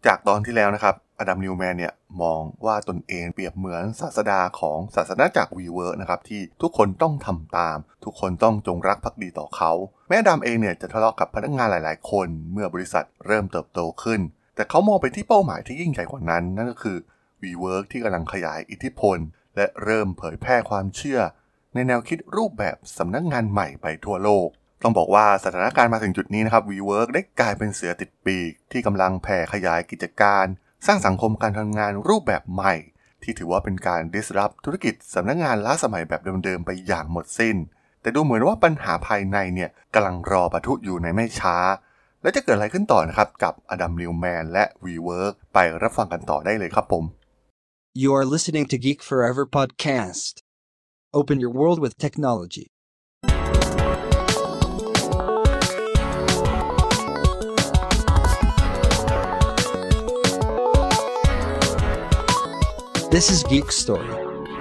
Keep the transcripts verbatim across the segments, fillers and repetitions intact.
จากตอนที่แล้วนะครับอดัมนิวแมนเนี่ยมองว่าตนเองเปรียบเหมือนศาสดาของศาสนาจักร WeWork นะครับที่ทุกคนต้องทำตามทุกคนต้องจงรักภักดีต่อเขาแม้อดัมเองเนี่ยจะทะเลาะกับพนักงานหลายๆคนเมื่อบริษัทเริ่มเติบโตขึ้นแต่เขามองไปที่เป้าหมายที่ยิ่งใหญ่กว่านั้นนั่นก็คือ WeWork ที่กำลังขยายอิทธิพลและเริ่มเผยแพร่ความเชื่อในแนวคิดรูปแบบสำนักงานใหม่ไปทั่วโลกต้องบอกว่าสถานการณ์มาถึงจุดนี้นะครับ WeWork ได้กลายเป็นเสือติดปีกที่กำลังแผ่ขยายกิจการสร้างสังคมการทำงานรูปแบบใหม่ที่ถือว่าเป็นการ disrupt ธุรกิจสำนักงานล้าสมัยแบบเดิมๆไปอย่างหมดสิ้นแต่ดูเหมือนว่าปัญหาภายในเนี่ยกำลังรอปะทุอยู่ในไม่ช้าและจะเกิดอะไรขึ้นต่อนะครับกับอดัมนิวแมนและ WeWork ไปรับฟังกันต่อได้เลยครับผม You are listening to Geek Forever podcast. Open your world with technology. This is Geek Story.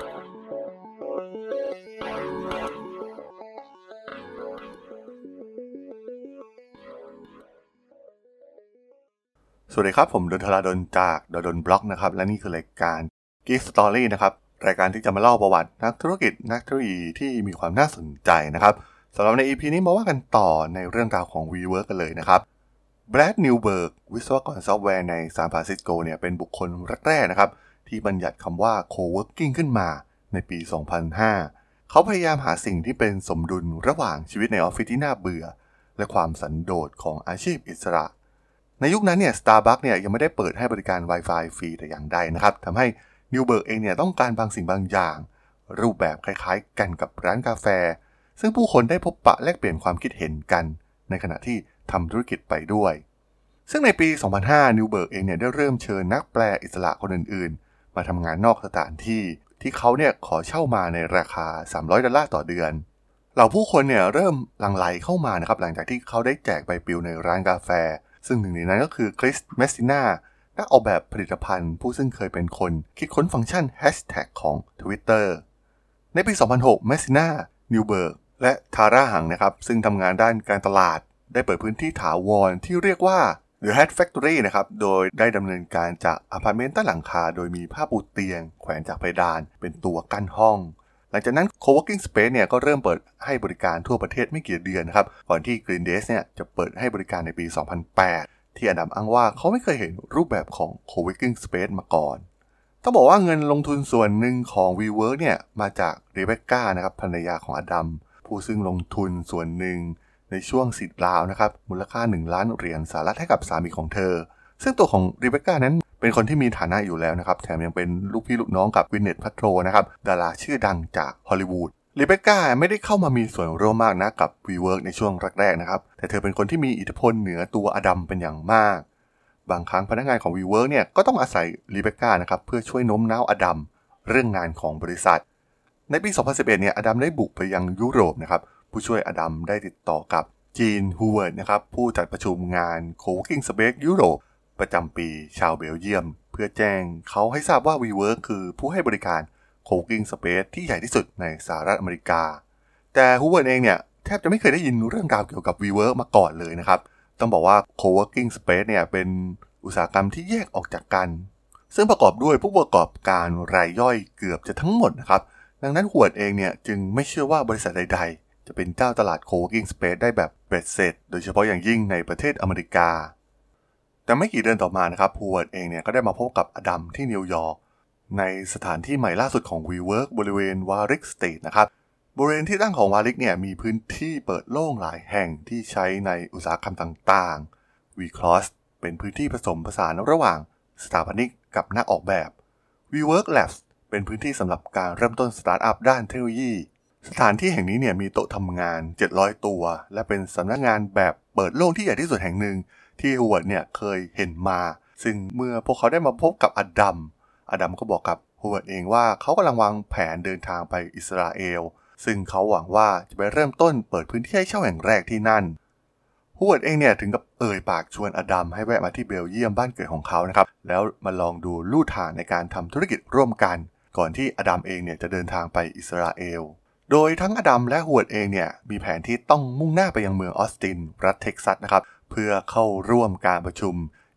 สวัสดีครับผมดนทราดลจากดนบล็อกนะครับและนี่คือรายการ Geek Story นะครับรายการที่จะมาเล่าประวัตินักธุรกิจนักเทคโนโลยีที่มีความน่าสนใจนะครับสำหรับใน อี พี นี้มาว่ากันต่อในเรื่องราวของ WeWork กันเลยนะครับแบรดนิวเบิร์กวิศวกรซอฟต์แวร์ในซานฟรานซิสโกเนี่ยเป็นบุคคลแรกๆนะครับที่บัญญัติคำว่า co-working ขึ้นมาในปี สองพันห้า เขาพยายามหาสิ่งที่เป็นสมดุลระหว่างชีวิตในออฟฟิศที่น่าเบื่อและความสันโดษของอาชีพอิสระในยุคนั้นเนี่ย Starbucks เนี่ยยังไม่ได้เปิดให้บริการ Wi-Fi ฟรีแต่อย่างใดนะครับทำให้นิวเบิร์กเองเนี่ยต้องการบางสิ่งบางอย่างรูปแบบคล้ายๆกันกับร้านกาแฟซึ่งผู้คนได้พบปะแลกเปลี่ยนความคิดเห็นกันในขณะที่ทำธุรกิจไปด้วยซึ่งในปี สองพันห้า นิวเบิร์กเองเนี่ยได้เริ่มเชิญนักแปลอิสระคนอื่นๆมาทำงานนอกสถานที่ที่เขาเนี่ยขอเช่ามาในราคาสามร้อยดอลลาร์ต่อเดือนเหล่าผู้คนเนี่ยเริ่มหลั่งไหลเข้ามานะครับหลังจากที่เขาได้แจกใบปลิวในร้านกาแฟซึ่งหนึ่งในนั้นก็คือคริสเมสซิน่านักออกแบบผลิตภัณฑ์ผู้ซึ่งเคยเป็นคนคิดค้นฟังก์ชันแฮชแท็กของ Twitter ในปี สองพันหก เมสซิน่า นิวเบิร์กและทาร่าหังนะครับซึ่งทำงานด้านการตลาดได้เปิดพื้นที่ถาวรที่เรียกว่า The Hat Factory นะครับโดยได้ดำเนินการจากอพาร์ตเมนต์ใต้หลังคาโดยมีผ้าปูเตียงแขวนจากเพดานเป็นตัวกั้นห้องหลังจากนั้น Co-working Space เนี่ยก็เริ่มเปิดให้บริการทั่วประเทศไม่กี่เดือนนะครับก่อนที่ Green Days เนี่ยจะเปิดให้บริการในปี สองพันแปดที่อดัมอ้างว่าเขาไม่เคยเห็นรูปแบบของ Co-working Space มาก่อนต้องบอกว่าเงินลงทุนส่วนหนึ่งของ WeWork เนี่ยมาจากเรเบคก้านะครับภรรยาของอดัมผู้ซึ่งลงทุนส่วนหนึ่งในช่วงสิบราวนะครับมูลค่าหนึ่งล้านเหรียญสหรัฐให้กับสามีของเธอซึ่งตัวของเรเบคก้านั้นเป็นคนที่มีฐานะอยู่แล้วนะครับแถมยังเป็นลูกพี่ลูกน้องกับวินเนตพัทโทรนะครับดาราชื่อดังจากฮอลลีวูดเรเบคก้าไม่ได้เข้ามามีส่วนร่วมมากนะกับ WeWork ในช่วงแรกๆนะครับแต่เธอเป็นคนที่มีอิทธิพลเหนือตัวอดัมเป็นอย่างมากบางครั้งพนักงานของ WeWork เนี่ยก็ต้องอาศัยเรเบคก้านะครับเพื่อช่วยโน้มน้าวอดัมเรื่องงานของบริษัทในปี สองพันสิบเอ็ด เนี่ยอดัมได้บุกไปยังยุโรปนะครับผู้ช่วยอดัมได้ติดต่อกับจีนฮูเวิร์ดนะครับผู้จัดประชุมงาน Co-working Space ยุโรปประจำปีชาวเบลเยียมเพื่อแจ้งเขาให้ทราบว่า WeWork คือผู้ให้บริการ Co-working Space ที่ใหญ่ที่สุดในสหรัฐอเมริกาแต่ฮูเวิร์ดเองเนี่ยแทบจะไม่เคยได้ยินเรื่องราวเกี่ยวกับ WeWork มาก่อนเลยนะครับต้องบอกว่า Co-working Space เนี่ยเป็นอุตสาหกรรมที่แยกออกจากกันซึ่งประกอบด้วยผู้ประกอบการรายย่อยเกือบจะทั้งหมดนะครับดังนั้นฮูเวิร์ดเองเนี่ยจึงไม่เชื่อว่าบริษัทใดๆจะเป็นเจ้าตลาด Co-working Space ได้แบบเบ็ดเสร็จโดยเฉพาะอย่างยิ่งในประเทศอเมริกาแต่ไม่กี่เดือนต่อมานะครับฮูเวิร์ดเองเนี่ยก็ได้มาพบกับอดัมที่นิวยอร์กในสถานที่ใหม่ล่าสุดของ WeWork บริเวณวาริกสตรีทนะครับบริเวณที่ตั้งของวาริกเนี่ยมีพื้นที่เปิดโล่งหลายแห่งที่ใช้ในอุตสาหกรรมต่างๆ WeCross เป็นพื้นที่ผสมผสานระหว่างสถาปนิกกับนักออกแบบ WeWork Labs เป็นพื้นที่สำหรับการเริ่มต้นสตาร์ทอัพด้านเทคโนโลยีสถานที่แห่งนี้เนี่ยมีโต๊ะทำงานเจ็ดร้อยตัวและเป็นสำนักงานแบบเปิดโล่งที่ใหญ่ที่สุดแห่งหนึ่งที่ฮูเวิร์ดเนี่ยเคยเห็นมาซึ่งเมื่อพวกเขาได้มาพบกับอดัมอดัมก็บอกกับฮูเวิร์ดเองว่าเขากำลังวางแผนเดินทางไปอิสราเอลซึ่งเขาหวังว่าจะไปเริ่มต้นเปิดพื้นที่ให้เช่าแห่งแรกที่นั่นฮูเวิร์ดเองเนี่ยถึงกับเอ่ยปากชวนอดัมให้แวะมาที่เบลเยียมบ้านเกิดของเขานะครับแล้วมาลองดูลู่ทางในการทำธุรกิจร่วมกันก่อนที่อดัมเองเนี่ยจะเดินทางไปอิสราเอลโดยทั้งอดัมและฮูเวิร์ดเองเนี่ยมีแผนที่ต้องมุ่งหน้าไปยังเมืองออสตินรัฐเท็กซัสนะครับเพื่อเข้าร่วมการประชุม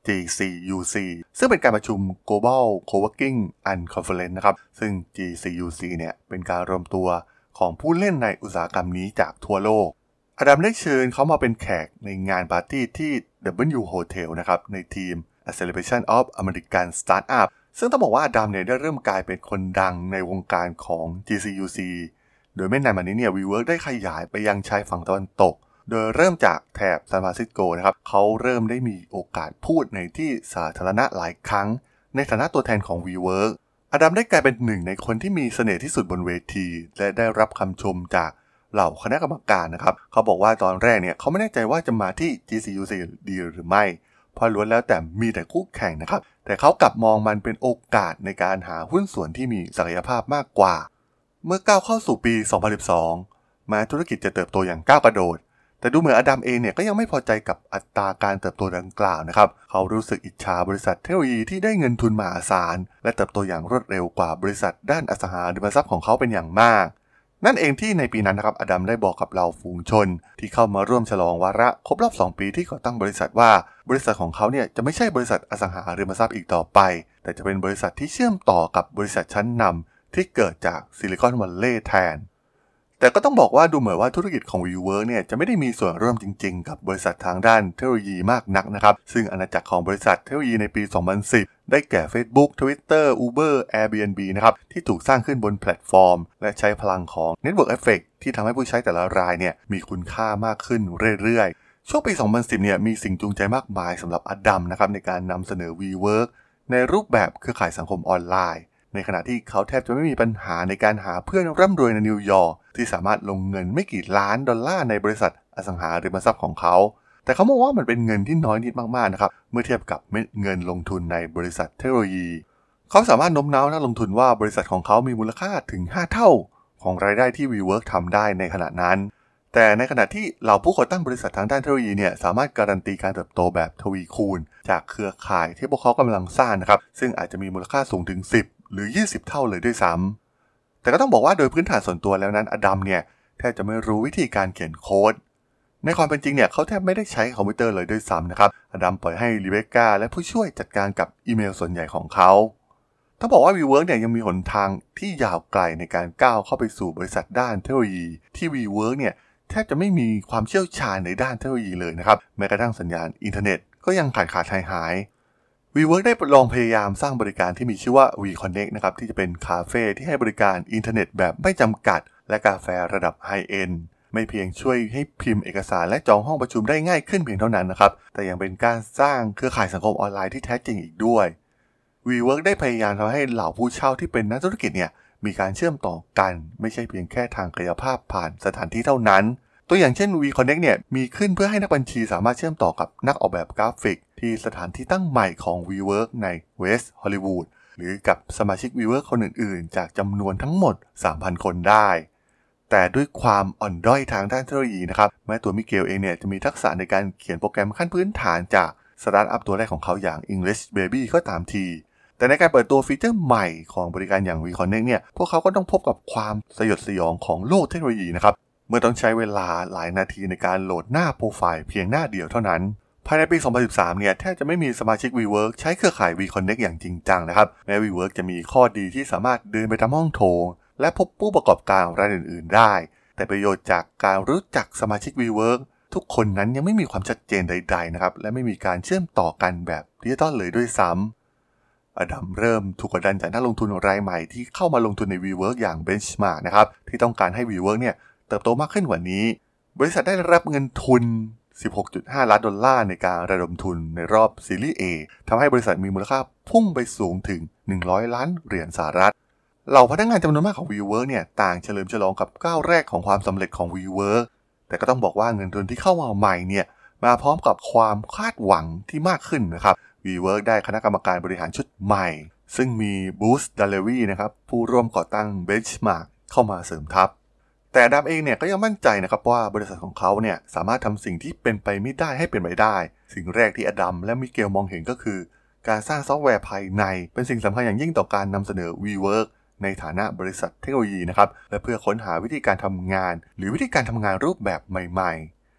จี ซี ยู ซี ซึ่งเป็นการประชุม Global Co-working and Conference นะครับซึ่ง จี ซี ยู ซี เนี่ยเป็นการรวมตัวของผู้เล่นในอุตสาหกรรมนี้จากทั่วโลกอดัมได้เชิญเขามาเป็นแขกในงานปาร์ตี้ที่ ดับเบิลยู Hotel นะครับในทีม A Celebration of American Startup ซึ่งต้องบอกว่าอดัมเนี่ยได้เริ่มกลายเป็นคนดังในวงการของ จี ซี ยู ซี โดยไม่นานมานี้เนี่ย WeWork ได้ขยายไปยังชายฝั่งตะวันตกโดยเริ่มจากแถบซานฟรานซิสโกนะครับเขาเริ่มได้มีโอกาสพูดในที่สาธารณะหลายครั้งในฐานะตัวแทนของ WeWork อดัมได้กลายเป็นหนึ่งในคนที่มีเสน่ห์ที่สุดบนเวทีและได้รับคำชมจากเหล่าคณะกรรมการนะครับเขาบอกว่าตอนแรกเนี่ยเขาไม่แน่ใจว่าจะมาที่ จี ซี ยู ซี ดีหรือไม่เพราะล้วนแล้วแต่มีแต่คู่แข่งนะครับแต่เขากลับมองมันเป็นโอกาสในการหาหุ้นส่วนที่มีศักยภาพมากกว่าเมื่อก้าวเข้าสู่ปี สองพันสิบสอง แม้ธุรกิจจะเติบโตอย่างก้าวกระโดดแต่ดูเหมือนอดัมเองเนี่ยก็ยังไม่พอใจกับอัตราการเติบโตดังกล่าวนะครับเขารู้สึกอิจฉาบริษัทเทคโนโลยีที่ได้เงินทุนมหาศาลและเติบโตอย่างรวดเร็วกว่าบริษัทด้านอสังหาริมทรัพย์ของเขาเป็นอย่างมากนั่นเองที่ในปีนั้นนะครับอดัมได้บอกกับเราฝูงชนที่เข้ามาร่วมฉลองวาระครบรอบสองปีที่ก่อตั้งบริษัทว่าบริษัทของเขาเนี่ยจะไม่ใช่บริษัทอสังหาริมทรัพย์อีกต่อไปแต่จะเป็นบริษัทที่เชื่อมต่อกับบริษัทชั้นนำที่เกิดจากซิลิคอนวัลเลย์แทนแต่ก็ต้องบอกว่าดูเหมือนว่าธุรกิจของ WeWork เนี่ยจะไม่ได้มีส่วนร่วมจริงๆกับบริษัททางด้านเทคโนโลยีมากนักนะครับซึ่งอาณาจักรของบริษัทเทคโนโลยีในปี สองพันสิบ ได้แก่ Facebook Twitter Uber Airbnb นะครับที่ถูกสร้างขึ้นบนแพลตฟอร์มและใช้พลังของ Network Effect ที่ทำให้ผู้ใช้แต่ละรายเนี่ยมีคุณค่ามากขึ้นเรื่อยๆช่วงปี สองพันสิบ เนี่ยมีสิ่งจูงใจมากมายสำหรับอดัมนะครับในการนำเสนอ WeWork ในรูปแบบเครือข่ายสังคมออนไลน์ในขณะที่เขาแทบจะไม่มีปัญหาในการหาเพื่อนร่ำรวยในนิวยอร์กที่สามารถลงเงินไม่กี่ล้านดอลลาร์ในบริษัทอสังหาริมทรัพย์ของเขาแต่เขามองว่ามันเป็นเงินที่น้อยนิดมากๆนะครับเมื่อเทียบกับเม็ดเงินลงทุนในบริษัทเทคโนโลยีเขาสามารถโน้มน้าวนักลงทุนว่าบริษัทของเขามีมูลค่าถึงห้าเท่าของรายได้ที่ WeWork ทำได้ในขณะนั้นแต่ในขณะที่เหล่าผู้ก่อตั้งบริษัททางด้านเทคโนโลยีเนี่ยสามารถการันตีการเติบโตแบบทวีคูณจากเครือข่ายที่พวกเขากำลังสร้างนะครับซึ่งอาจจะมีมูลค่าสูงถึงสิบหรือยี่สิบเท่าเลยด้วยซ้ำแต่ก็ต้องบอกว่าโดยพื้นฐานส่วนตัวแล้วนั้นอดัมเนี่ยแทบจะไม่รู้วิธีการเขียนโค้ดในความเป็นจริงเนี่ยเขาแทบไม่ได้ใช้คอมพิวเตอร์เลยด้วยซ้ำนะครับอดัมปล่อยให้รีเบคก้าและผู้ช่วยจัดการกับอีเมลส่วนใหญ่ของเขาต้องบอกว่า WeWork เนี่ยยังมีหนทางที่ยาวไกลในการก้าวเข้าไปสู่บริษัทด้านเทคโนโลยีที่ WeWork เนี่ยแทบจะไม่มีความเชี่ยวชาญในด้านเทคโนโลยีเลยนะครับแม้กระทั่งสัญญาณอินเทอร์เน็ตก็ยังขาดขาดหายหาย WeWork ได้ลองพยายามสร้างบริการที่มีชื่อว่า WeConnect นะครับที่จะเป็นคาเฟ่ที่ให้บริการอินเทอร์เน็ตแบบไม่จำกัดและกาแฟระดับไฮเอนด์ไม่เพียงช่วยให้พิมพ์เอกสารและจองห้องประชุมได้ง่ายขึ้นเพียงเท่านั้นนะครับแต่ยังเป็นการสร้างเครือข่ายสังคมออนไลน์ที่แท้จริงอีกด้วย WeWork ได้พยายามทำให้เหล่าผู้เช่าที่เป็นนักธุรกิจเนี่ยมีการเชื่อมต่อกันไม่ใช่เพียงแค่ทางกายภาพผ่านสถานที่เท่านั้นตัวอย่างเช่น WeConnect เนี่ยมีขึ้นเพื่อให้นักบัญชีสามารถเชื่อมต่อกับนักออกแบบกราฟิกที่สถานที่ตั้งใหม่ของ WeWork ใน West Hollywood หรือกับสมาชิก WeWork คนอื่นๆจากจำนวนทั้งหมด สามพัน คนได้แต่ด้วยความอ่อนด้อยทางด้านเทคโนโลยีนะครับแม้ตัวมิเกลเองเนี่ยจะมีทักษะในการเขียนโปรแกรมขั้นพื้นฐานจากสตาร์ทอัพตัวแรกของเขาอย่าง English Baby ก็ตามทีแต่ในการเปิดตัวฟีเจอร์ใหม่ของบริการอย่าง WeConnect เนี่ยพวกเขาก็ต้องพบกับความสยดสยองของโลกเทคโนโลยีนะครับเมื่อต้องใช้เวลาหลายนาทีในการโหลดหน้าโปรไฟล์เพียงหน้าเดียวเท่านั้นภายในปี สองพันสิบสาม เนี่ยแทบจะไม่มีสมาชิก WeWork ใช้เครือข่าย WeConnect อย่างจริงจังนะครับแม้ WeWork จะมีข้อดีที่สามารถเดินไปตามห้องโถงและพบผู้ประกอบการรายอื่นๆได้แต่ประโยชน์จากการรู้จักสมาชิก WeWork ทุกคนนั้นยังไม่มีความชัดเจนใดๆนะครับและไม่มีการเชื่อมต่อกันแบบดิจิตอลเลยด้วยซ้ำอดัมเริ่มถูกกดดันจากนักลงทุนรายใหม่ที่เข้ามาลงทุนใน WeWork อย่าง Benchmark นะครับที่ต้องการให้ WeWork เนี่ยเติบโตมากขึ้นกว่านี้บริษัทได้รับเงินทุน สิบหกจุดห้า ล้านดอลลาร์ในการระดมทุนในรอบซีรีส์ A ทำให้บริษัทมีมูลค่าพุ่งไปสูงถึงหนึ่งร้อยล้านเหรียญสหรัฐเหล่าพนักงานจำนวนมากของ WeWork เนี่ยต่างเฉลิมฉลองกับก้าวแรกของความสำเร็จของ WeWork แต่ก็ต้องบอกว่าเงินทุนที่เข้ามาใหม่เนี่ยมาพร้อมกับความคาดหวังที่มากขึ้นนะครับ WeWork ได้คณะกรรมการบริหารชุดใหม่ซึ่งมีบูสดัลเลวีนะครับผู้ร่วมก่อตั้ง Benchmark เข้ามาเสริมทัพแต่อดัมเองเนี่ยก็ยังมั่นใจนะครับว่าบริษัทของเขาเนี่ยสามารถทำสิ่งที่เป็นไปไม่ได้ให้เป็นไปได้สิ่งแรกที่อดัมและมิเกลมองเห็นก็คือการสร้างซอฟต์แวร์ภายในเป็นสิ่งสำคัญอย่างยิ่งต่อการนำเสนอ WeWork ในฐานะบริษัทเทคโนโลยีนะครับและเพื่อค้นหาวิธีการทำงานหรือวิธีการทำงานรูปแบบใหม่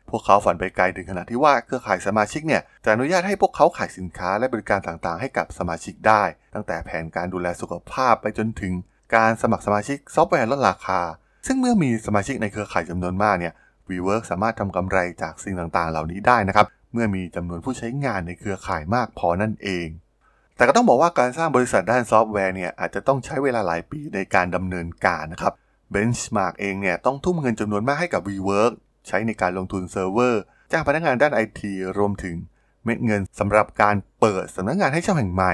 พวกเขาฝันไปไกลถึงขนาดที่ว่าเครือข่ายสมาชิกเนี่ยจะอนุญาตให้พวกเขาขายสินค้าและบริการต่างๆให้กับสมาชิกได้ตั้งแต่แผนการดูแลสุขภาพไปจนถึงการสมัครสมาชิกซอฟต์แวร์ลดราคาซึ่งเมื่อมีสมาชิกในเครือข่ายจำนวนมากเนี่ย WeWork สามารถทำกำไรจากสิ่งต่างๆเหล่านี้ได้นะครับเมื่อมีจำนวนผู้ใช้งานในเครือข่ายมากพอนั่นเองแต่ก็ต้องบอกว่าการสร้างบริษัทด้านซอฟต์แวร์เนี่ยอาจจะต้องใช้เวลาหลายปีในการดำเนินการนะครับ Benchmark เองเนี่ยต้องทุ่มเงินจำนวนมากให้กับ WeWork ใช้ในการลงทุนเซิร์ฟเวอร์จ้างพนักงานด้าน ไอ ที รวมถึงเม็ดเงินสำหรับการเปิดสำนักงานให้เช่าแห่งใหม่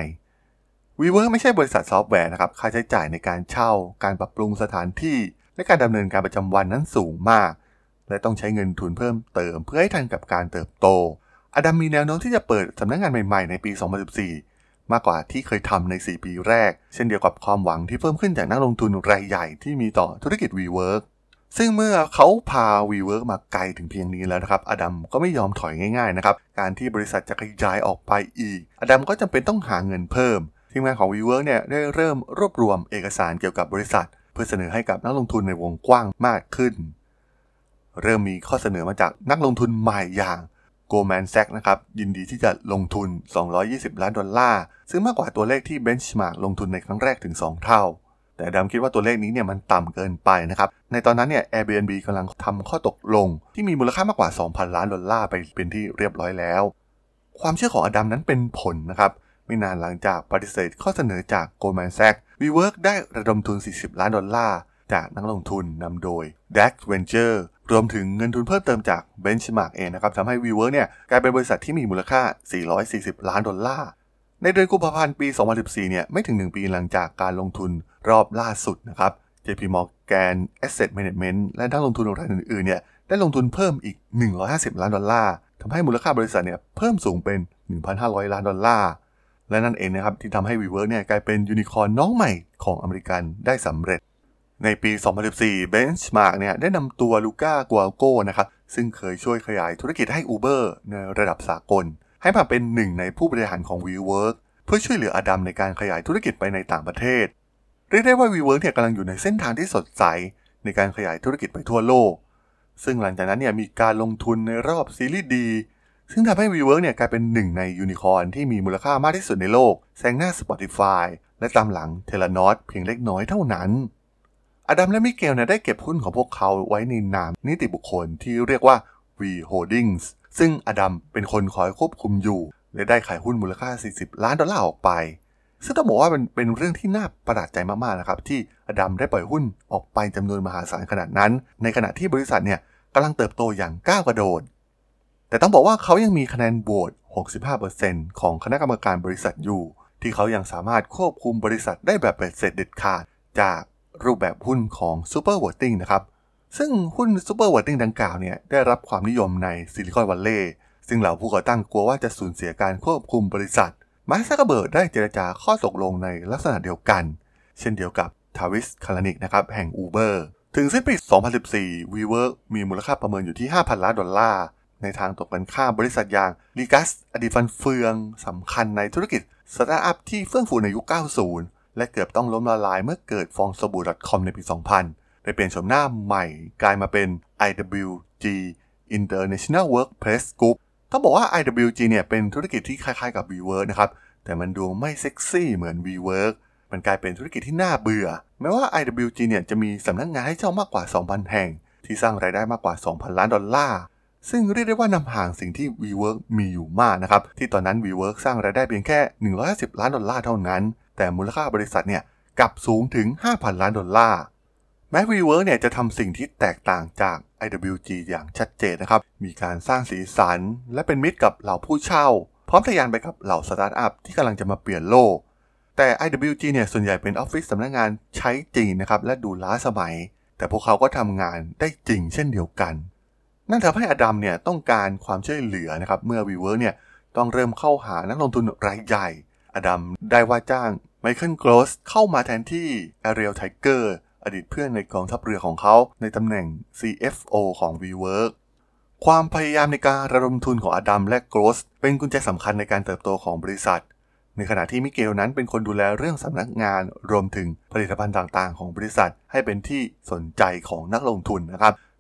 WeWork ไม่ใช่บริษัทซอฟต์แวร์นะครับค่าใช้จ่ายในการเช่าการปรับปรุงสถานที่และการดำเนินการประจำวันนั้นสูงมากและต้องใช้เงินทุนเพิ่มเติมเพื่อให้ทันกับการเติบโตอดัมมีแนวโน้มที่จะเปิดสำนักงานใหม่ๆในปี สองพันสิบสี่ มากกว่าที่เคยทำใน สี่ ปีแรกเช่นเดียวกับความหวังที่เพิ่มขึ้นจากนักลงทุนรายใหญ่ที่มีต่อธุรกิจ WeWork ซึ่งเมื่อเขาพา WeWork มาไกลถึงเพียงนี้แล้วนะครับอดัมก็ไม่ยอมถอยง่ายๆนะครับการที่บริษัทจะขยายออกไปอีกอดัมก็จำเป็นต้องหาเงินเพิ่มทีมงานของ WeWork เนี่ยได้เริ่มรวบรวมเอกสารเกี่ยวกับบริษัทเพื่อเสนอให้กับนักลงทุนในวงกว้างมากขึ้นเริ่มมีข้อเสนอมาจากนักลงทุนใหม่อย่าง Goldman Sachs นะครับยินดีที่จะลงทุนสองร้อยยี่สิบล้านดอลลาร์ซึ่งมากกว่าตัวเลขที่ Benchmark ลงทุนในครั้งแรกถึงสองเท่าแต่อดัมคิดว่าตัวเลขนี้เนี่ยมันต่ำเกินไปนะครับในตอนนั้นเนี่ย Airbnb กำลังทำข้อตกลงที่มีมูลค่ามากกว่า สองพันล้านดอลลาร์ไปเป็นที่เรียบร้อยแล้วความเชื่อของอดัมนั้นเป็นผลนะครับไม่นานหลังจากปฏิเสธข้อเสนอจาก Goldman Sachs WeWork ได้ระดมทุนสี่สิบล้านดอลลาร์จากนักลงทุนนำโดย Dax Venture รวมถึงเงินทุนเพิ่มเติมจาก Benchmark เองนะครับทำให้ WeWork เนี่ยกลายเป็นบริษัทที่มีมูลค่าสี่ร้อยสี่สิบล้านดอลลาร์ในเดือนกุมภาพันธ์ปี สองพันสิบสี่ เนี่ยไม่ถึงหนึ่งปีหลังจากการลงทุนรอบล่าสุดนะครับ เจ พี Morgan Asset Management และนักลงทุนรายอื่นๆเนี่ยได้ลงทุนเพิ่มอีกหนึ่งร้อยห้าสิบล้านดอลลาร์ทำให้มูลค่าบริษัทเนี่ยเพิ่มสูงเป็น หนึ่งพันห้าร้อยล้านดอลลาร์และนั่นเองนะครับที่ทำให้ WeWork เนี่ยกลายเป็นยูนิคอร์นน้องใหม่ของอเมริกันได้สำเร็จในปี สองพันสิบสี่ Benchmark เนี่ยได้นำตัวลูก้ากัวโกนะครับซึ่งเคยช่วยขยายธุรกิจให้ Uber ในระดับสากลให้มาเป็นหนึ่งในผู้บริหารของ WeWork เพื่อช่วยเหลืออดัมในการขยายธุรกิจไปในต่างประเทศเรียกได้ว่า WeWork เนี่ยกำลังอยู่ในเส้นทางที่สดใสในการขยายธุรกิจไปทั่วโลกซึ่งหลังจากนั้นเนี่ยมีการลงทุนในรอบซีรีส์ Dซึ่งทำให้ WeWork เนี่ยกลายเป็นหนึ่งในยูนิคอร์นที่มีมูลค่ามากที่สุดในโลกแซงหน้า Spotify และตามหลัง Theranos เพียงเล็กน้อยเท่านั้นอดัมและมิเกลเนี่ยได้เก็บหุ้นของพวกเขาไว้ในนามนิติบุคคลที่เรียกว่า V Holdings ซึ่งอดัมเป็นคนคอยควบคุมอยู่และได้ขายหุ้นมูลค่าสี่สิบล้านดอลลาร์ออกไปซึ่งต้องบอกว่าเป็นเป็นเรื่องที่น่าประหลาดใจมากๆนะครับที่อดัมได้ปล่อยหุ้นออกไปจำนวนมหาศาลขนาดนั้นในขณะที่บริษัทเนี่ยกำลังเติบโตอย่างก้าวกระโดดแต่ต้องบอกว่าเขายังมีคะแนนโหวต หกสิบห้าเปอร์เซ็นต์ ของคณะกรรมการบริษัทอยู่ที่เขายังสามารถควบคุมบริษัทได้แบบเบ็ดเสร็จเด็ดขาดจากรูปแบบหุ้นของ Super Voting นะครับซึ่งหุ้น Super Voting ดังกล่าวเนี่ยได้รับความนิยมในซิลิคอนวัลเลย์ซึ่งเหล่าผู้ก่อตั้งกลัวว่าจะสูญเสียการควบคุมบริษัทมาร์ค ซักเคอร์เบิร์กได้เจรจาข้อตกลงในลักษณะเดียวกันเช่นเดียวกับทาวิส คาลานิกนะครับแห่ง Uber ถึงสิ้นปี สองพันสิบสี่ WeWork มีมูลค่าประเมินอยู่ที่ ห้าพันล้านดอลลาร์ในทางตรงกันข้ามบริษัทอย่างลีกัสอดีตฟันเฟืองสำคัญในธุรกิจสตาร์ทอัพที่เฟื่องฟูในยุค เก้าสิบ และเกือบต้องล้มละลายเมื่อเกิดฟองสบู่ .com ในปี สองพัน ได้เปลี่ยนโฉมหน้าใหม่กลายมาเป็น ไอ ดับเบิลยู จี International Workplace Group ต้องบอกว่า ไอ ดับเบิลยู จี เนี่ยเป็นธุรกิจที่คล้ายๆกับ WeWork นะครับแต่มันดูไม่เซ็กซี่เหมือน WeWork มันกลายเป็นธุรกิจที่น่าเบื่อแม้ว่า ไอ ดับเบิลยู จี เนี่ยจะมีสำนักงานให้เช่ามากกว่า สองพัน แห่งที่สร้างรายได้มากกว่า สองพันล้านดอลลาร์ซึ่งเรียกได้ว่านำห่างสิ่งที่ WeWork มีอยู่มากนะครับที่ตอนนั้น WeWork สร้างรายได้เพียงแค่หนึ่งร้อยห้าสิบล้านดอลลาร์เท่านั้นแต่มูลค่าบริษัทเนี่ยกลับสูงถึง ห้าพันล้านดอลลาร์แม้ WeWork เนี่ยจะทำสิ่งที่แตกต่างจาก ไอ ดับเบิลยู จี อย่างชัดเจนนะครับมีการสร้างสีสันและเป็นมิตรกับเหล่าผู้เช่าพร้อมทะยานไปกับเหล่าสตาร์ทอัพที่กำลังจะมาเปลี่ยนโลกแต่ ไอ ดับเบิลยู จี เนี่ยส่วนใหญ่เป็นออฟฟิศสำนักงานใช้จริงนะครับและดูล้าสมัยแต่พวกเขาก็ทำงานได้จริงเช่นเดียวกันนั่นทำให้อดัมเนี่ยต้องการความช่วยเหลือนะครับเมื่อ WeWork เนี่ยต้องเริ่มเข้าหานักลงทุนรายใหญ่อดัมได้ว่าจ้างไมเคิล โกรสเข้ามาแทนที่แอเรียล ไทเกอร์อดีตเพื่อนในกองทัพเรือของเขาในตำแหน่ง ซี เอฟ โอ ของ WeWork ความพยายามในการระดมทุนของอดัมและโกรสเป็นกุญแจสำคัญในการเติบโตของบริษัทในขณะที่มิเกลนั้นเป็นคนดูแลเรื่องสำนักงานรวมถึงผลิตภัณฑ์ต่างๆของบริษัทให้เป็นที่สนใจของนักลงทุนนะครับ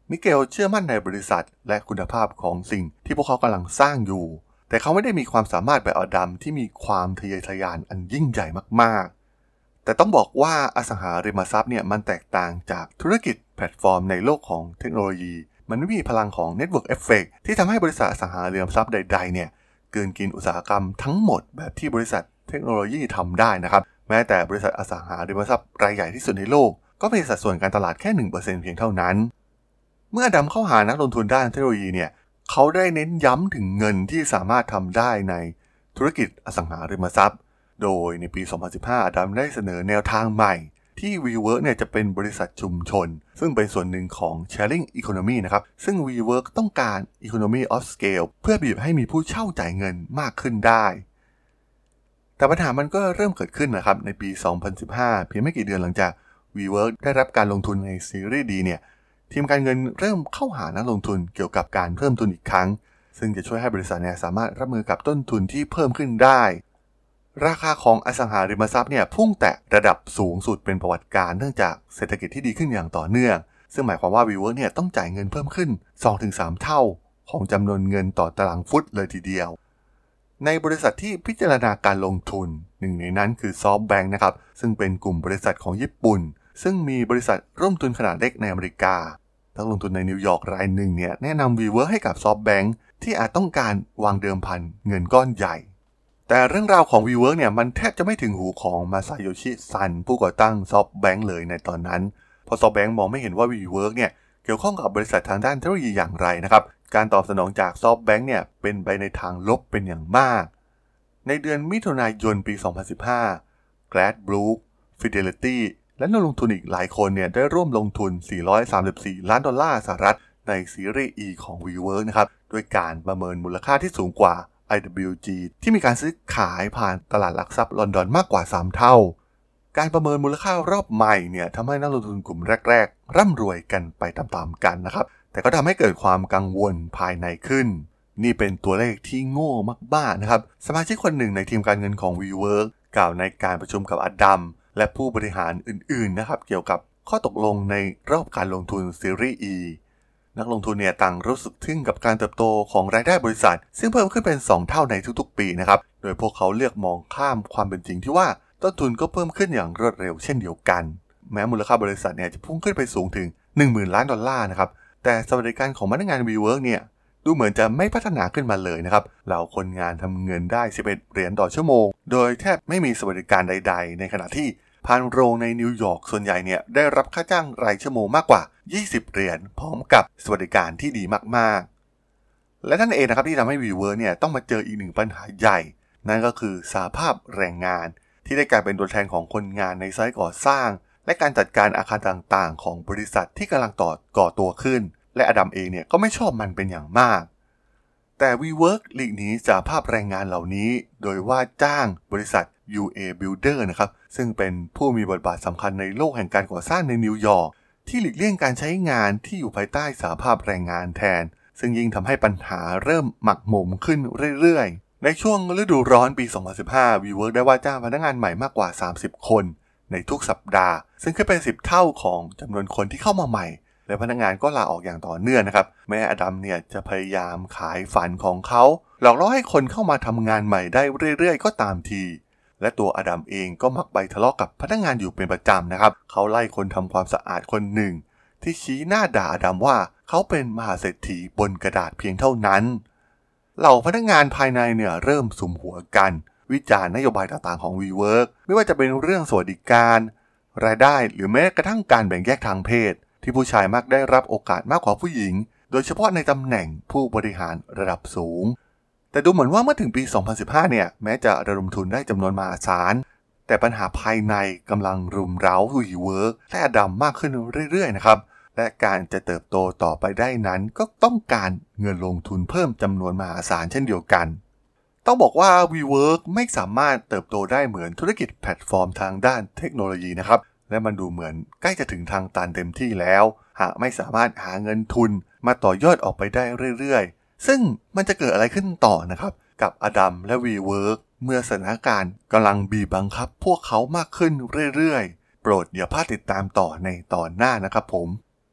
มิเกลเชื่อมั่นในบริษัทและคุณภาพของสิ่งที่พวกเขากำลังสร้างอยู่แต่เขาไม่ได้มีความสามารถแบบอดัมที่มีความทะเยอทะยานอันยิ่งใหญ่มากๆแต่ต้องบอกว่าอสังหาริมทรัพย์เนี่ยมันแตกต่างจากธุรกิจแพลตฟอร์มในโลกของเทคโนโลยีมันไม่มีพลังของ Network Effect ที่ทำให้บริษัทอสังหาริมทรัพย์ใดๆเนี่ยเกินกินอุตสาหกรรมทั้งหมดแบบที่บริษัทเทคโนโลยีทำได้นะครับแม้แต่บริษัทอสังหาริมทรัพย์รายใหญ่ที่สุดในโลกก็มีสัดส่วนการตลาดแค่ หนึ่งเปอร์เซ็นต์ เพียงเท่านั้นเมื่ออดัมเข้าหานักลงทุนด้านเทคโนโลยีเนี่ยเขาได้เน้นย้ำถึงเงินที่สามารถทำได้ในธุรกิจอสังหาริมทรัพย์โดยในปี สองพันสิบห้า อดัมได้เสนอแนวทางใหม่ที่ WeWork เนี่ยจะเป็นบริษัทชุมชนซึ่งเป็นส่วนหนึ่งของ Sharing Economy นะครับซึ่ง WeWork ต้องการ Economy of Scale เพื่อบีบให้มีผู้เช่าจ่ายเงินมากขึ้นได้แต่ปัญหามันก็เริ่มเกิดขึ้นนะครับในปี สองพันสิบห้า เพียงไม่กี่เดือนหลังจาก WeWork ได้รับการลงทุนในซีรีส์ D เนี่ยทีมการเงินเริ่มเข้าหานักลงทุนเกี่ยวกับการเพิ่มทุนอีกครั้งซึ่งจะช่วยให้บริษัทเนี่ยสามารถรับมือกับต้นทุนที่เพิ่มขึ้นได้ราคาของอสังหาริมทรัพย์เนี่ยพุ่งแตะระดับสูงสุดเป็นประวัติการเนื่องจากเศรษฐกิจที่ดีขึ้นอย่างต่อเนื่องซึ่งหมายความว่า WeWork เนี่ยต้องจ่ายเงินเพิ่มขึ้น สองถึงสาม เท่าของจำนวนเงินต่อตารางฟุตเลยทีเดียวในบริษัทที่พิจารณาการลงทุนหนึ่งในนั้นคือ SoftBank นะครับซึ่งเป็นกลุ่มบริษัทของญี่ปุ่นซึ่งมีบริษัทร่วมทุนขนาดเล็กในอเมริกานักลงทุนในนิวยอร์กรายหนึ่งเนี่ยแนะนำ WeWork ให้กับ SoftBank ที่อาจต้องการวางเดิมพันเงินก้อนใหญ่แต่เรื่องราวของ WeWork เนี่ยมันแทบจะไม่ถึงหูของมาซาโยชิซันผู้ก่อตั้ง SoftBank เลยในตอนนั้นเพราะ SoftBank มองไม่เห็นว่า WeWork เนี่ยเกี่ยวข้องกับบริษัททางด้านเทคโนโลยีอย่างไรนะครับการตอบสนองจาก SoftBank เนี่ยเป็นไปในทางลบเป็นอย่างมากในเดือนมิถุนายนปี สองพันสิบห้า Gladbrook Fidelity และนักลงทุนอีกหลายคนเนี่ยได้ร่วมลงทุนสี่ร้อยสามสิบสี่ล้านดอลลาร์สหรัฐในซีรีส์ E ของ WeWork นะครับด้วยการประเมินมูลค่าที่สูงกว่า ไอ ดับเบิลยู จี ที่มีการซื้อขายผ่านตลาดหลักทรัพย์ลอนดอนมากกว่าสามเท่าการประเมินมูลค่ารอบใหม่เนี่ยทำให้นักลงทุนกลุ่มแรกๆร่ำรวยกันไปตามๆกันนะครับแต่ก็ทำให้เกิดความกังวลภายในขึ้นนี่เป็นตัวเลขที่โง่มากๆนะครับสมาชิกคนหนึ่งในทีมการเงินของ WeWork กล่าวในการประชุมกับอดัมและผู้บริหารอื่นๆนะครับเกี่ยวกับข้อตกลงในรอบการลงทุนซีรีส์ E นักลงทุนเนี่ยต่างรู้สึกทึ่งกับการเติบโตของรายได้บริษัทซึ่งเพิ่มขึ้นเป็นสองเท่าในทุกๆปีนะครับโดยพวกเขาเลือกมองข้ามความเป็นจริงที่ว่าต้นทุนก็เพิ่มขึ้นอย่างรวดเร็วเช่นเดียวกันแม้มูลค่าบริษัทเนี่ยจะพุ่งขึ้นไปสูงถึง หนึ่งหมื่น ล้านดอลลาร์นะครับแต่สวัสดิการของพนักงาน WeWork เนี่ยดูเหมือนจะไม่พัฒนาขึ้นมาเลยนะครับเหล่าคนงานทำเงินได้สิบเอ็ดเหรียญต่อชั่วโมงโดยแทบไม่มีสวัสดิการใดๆในขณะที่พานโรงในนิวยอร์กส่วนใหญ่เนี่ยได้รับค่าจ้างรายชั่วโมงมากกว่ายี่สิบเหรียญพร้อมกับสวัสดิการที่ดีมากๆและนั่นเองนะครับที่ทำให้ WeWork เนี่ยต้องมาเจออีกหนึ่งปัญหาใหญ่นั่นก็คือสหภาพแรงงานที่ได้กลายเป็นตัวแทนของคนงานในไซต์ก่อสร้างและการจัดการอาคารต่างๆของบริษัทที่กำลังต่อก่อตัวขึ้นและอดัมเองเนี่ยก็ไม่ชอบมันเป็นอย่างมากแต่ WeWork หลีกหนีสหภาพแรงงานเหล่านี้โดยว่าจ้างบริษัท ยู เอ Builder นะครับซึ่งเป็นผู้มีบทบาทสำคัญในโลกแห่งการก่อสร้างในนิวยอร์กที่หลีกเลี่ยงการใช้งานที่อยู่ภายใต้สหภาพแรงงานแทนซึ่งยิ่งทำให้ปัญหาเริ่มหมักหมมขึ้นเรื่อยๆในช่วงฤดูร้อนปี สองพันสิบห้า WeWork ได้ว่าจ้างพนักงานใหม่มากกว่าสามสิบคนในทุกสัปดาห์ซึ่งขึ้นเป็นสิบเท่าของจำนวนคนที่เข้ามาใหม่และพนักงานก็ลาออกอย่างต่อเนื่องนะครับแม้อดัมเนี่ยจะพยายามขายฝันของเขาหลอกล่อให้คนเข้ามาทำงานใหม่ได้เรื่อยๆก็ตามทีและตัวอดัมเองก็มักไปทะเลาะกับพนักงานอยู่เป็นประจำนะครับเขาไล่คนทำความสะอาดคนหนึ่งที่ชี้หน้าด่าอดัมว่าเขาเป็นมหาเศรษฐีบนกระดาษเพียงเท่านั้นเหล่าพนักงานภายในเนี่ยเริ่มสุมหัวกันวิจารณ์นโยบายต่างๆของ WeWork ไม่ว่าจะเป็นเรื่องสวัสดิการรายได้หรือแม้กระทั่งการแบ่งแยกทางเพศที่ผู้ชายมักได้รับโอกาสมากกว่าผู้หญิงโดยเฉพาะในตำแหน่งผู้บริหารระดับสูงแต่ดูเหมือนว่าเมื่อถึงปี สองพันสิบห้า เนี่ยแม้จะระดมทุนได้จำนวนมหาศาลแต่ปัญหาภายในกำลังรุมเร้า WeWork และอดัมมากขึ้นเรื่อยๆนะครับและการจะเติบโตต่อไปได้นั้นก็ต้องการเงินลงทุนเพิ่มจำนวนมหาศาลเช่นเดียวกันต้องบอกว่า WeWork ไม่สามารถเติบโตได้เหมือนธุรกิจแพลตฟอร์มทางด้านเทคโนโลยีนะครับและมันดูเหมือนใกล้จะถึงทางตันเต็มที่แล้วหากไม่สามารถหาเงินทุนมาต่อยอดออกไปได้เรื่อยๆซึ่งมันจะเกิดอะไรขึ้นต่อนะครับกับอดัมและ WeWork เมื่อสถานการณ์กำลังบีบบังคับพวกเขามากขึ้นเรื่อยๆโปรดอย่าพลาดติดตามต่อในตอนหน้านะครับผม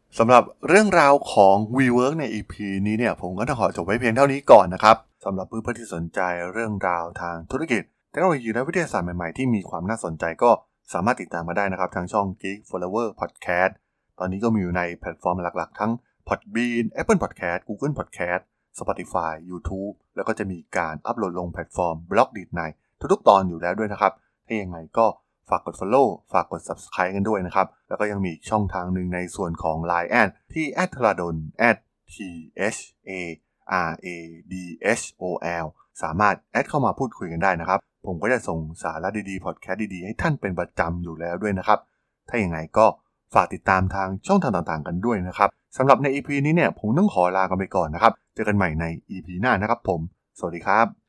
สำหรับเรื่องราวของ WeWork ใน อี พี นี้เนี่ยผมก็ต้องขอจบไว้เพียงเท่านี้ก่อนนะครับสำหรับเพื่อนๆที่สนใจเรื่องราวทางธุรกิจเทคโนโลยีและวิทยาศาสตร์ใหม่ๆที่มีความน่าสนใจก็สามารถติดตามมาได้นะครับทางช่อง Geek Forever Podcast ตอนนี้ก็มีอยู่ในแพลตฟอร์มหลักๆทั้ง Podbean Apple Podcast Google Podcast Spotify YouTube แล้วก็จะมีการอัปโหลดลงแพลตฟอร์ม Blogdit ในทุกๆตอนอยู่แล้วด้วยนะครับถ้ายังไงก็ฝากกด follow ฝากกด subscribe กันด้วยนะครับแล้วก็ยังมีช่องทางหนึ่งในส่วนของ ไลน์ แอด ที่ แอท ธราดล แอท ที เอช เอ อาร์ เอ ดี เอช โอ แอล สามารถแอดเข้ามาพูดคุยกันได้นะครับผมก็จะส่งสาระดีๆพอดแคสต์ดีๆให้ท่านเป็นประจำอยู่แล้วด้วยนะครับถ้าอย่างไรก็ฝากติดตามทางช่องทางต่างๆกันด้วยนะครับสำหรับใน อี พี นี้เนี่ยผมต้องขอลากันไปก่อนนะครับเจอกันใหม่ใน อี พี หน้านะครับผมสวัสดีครับ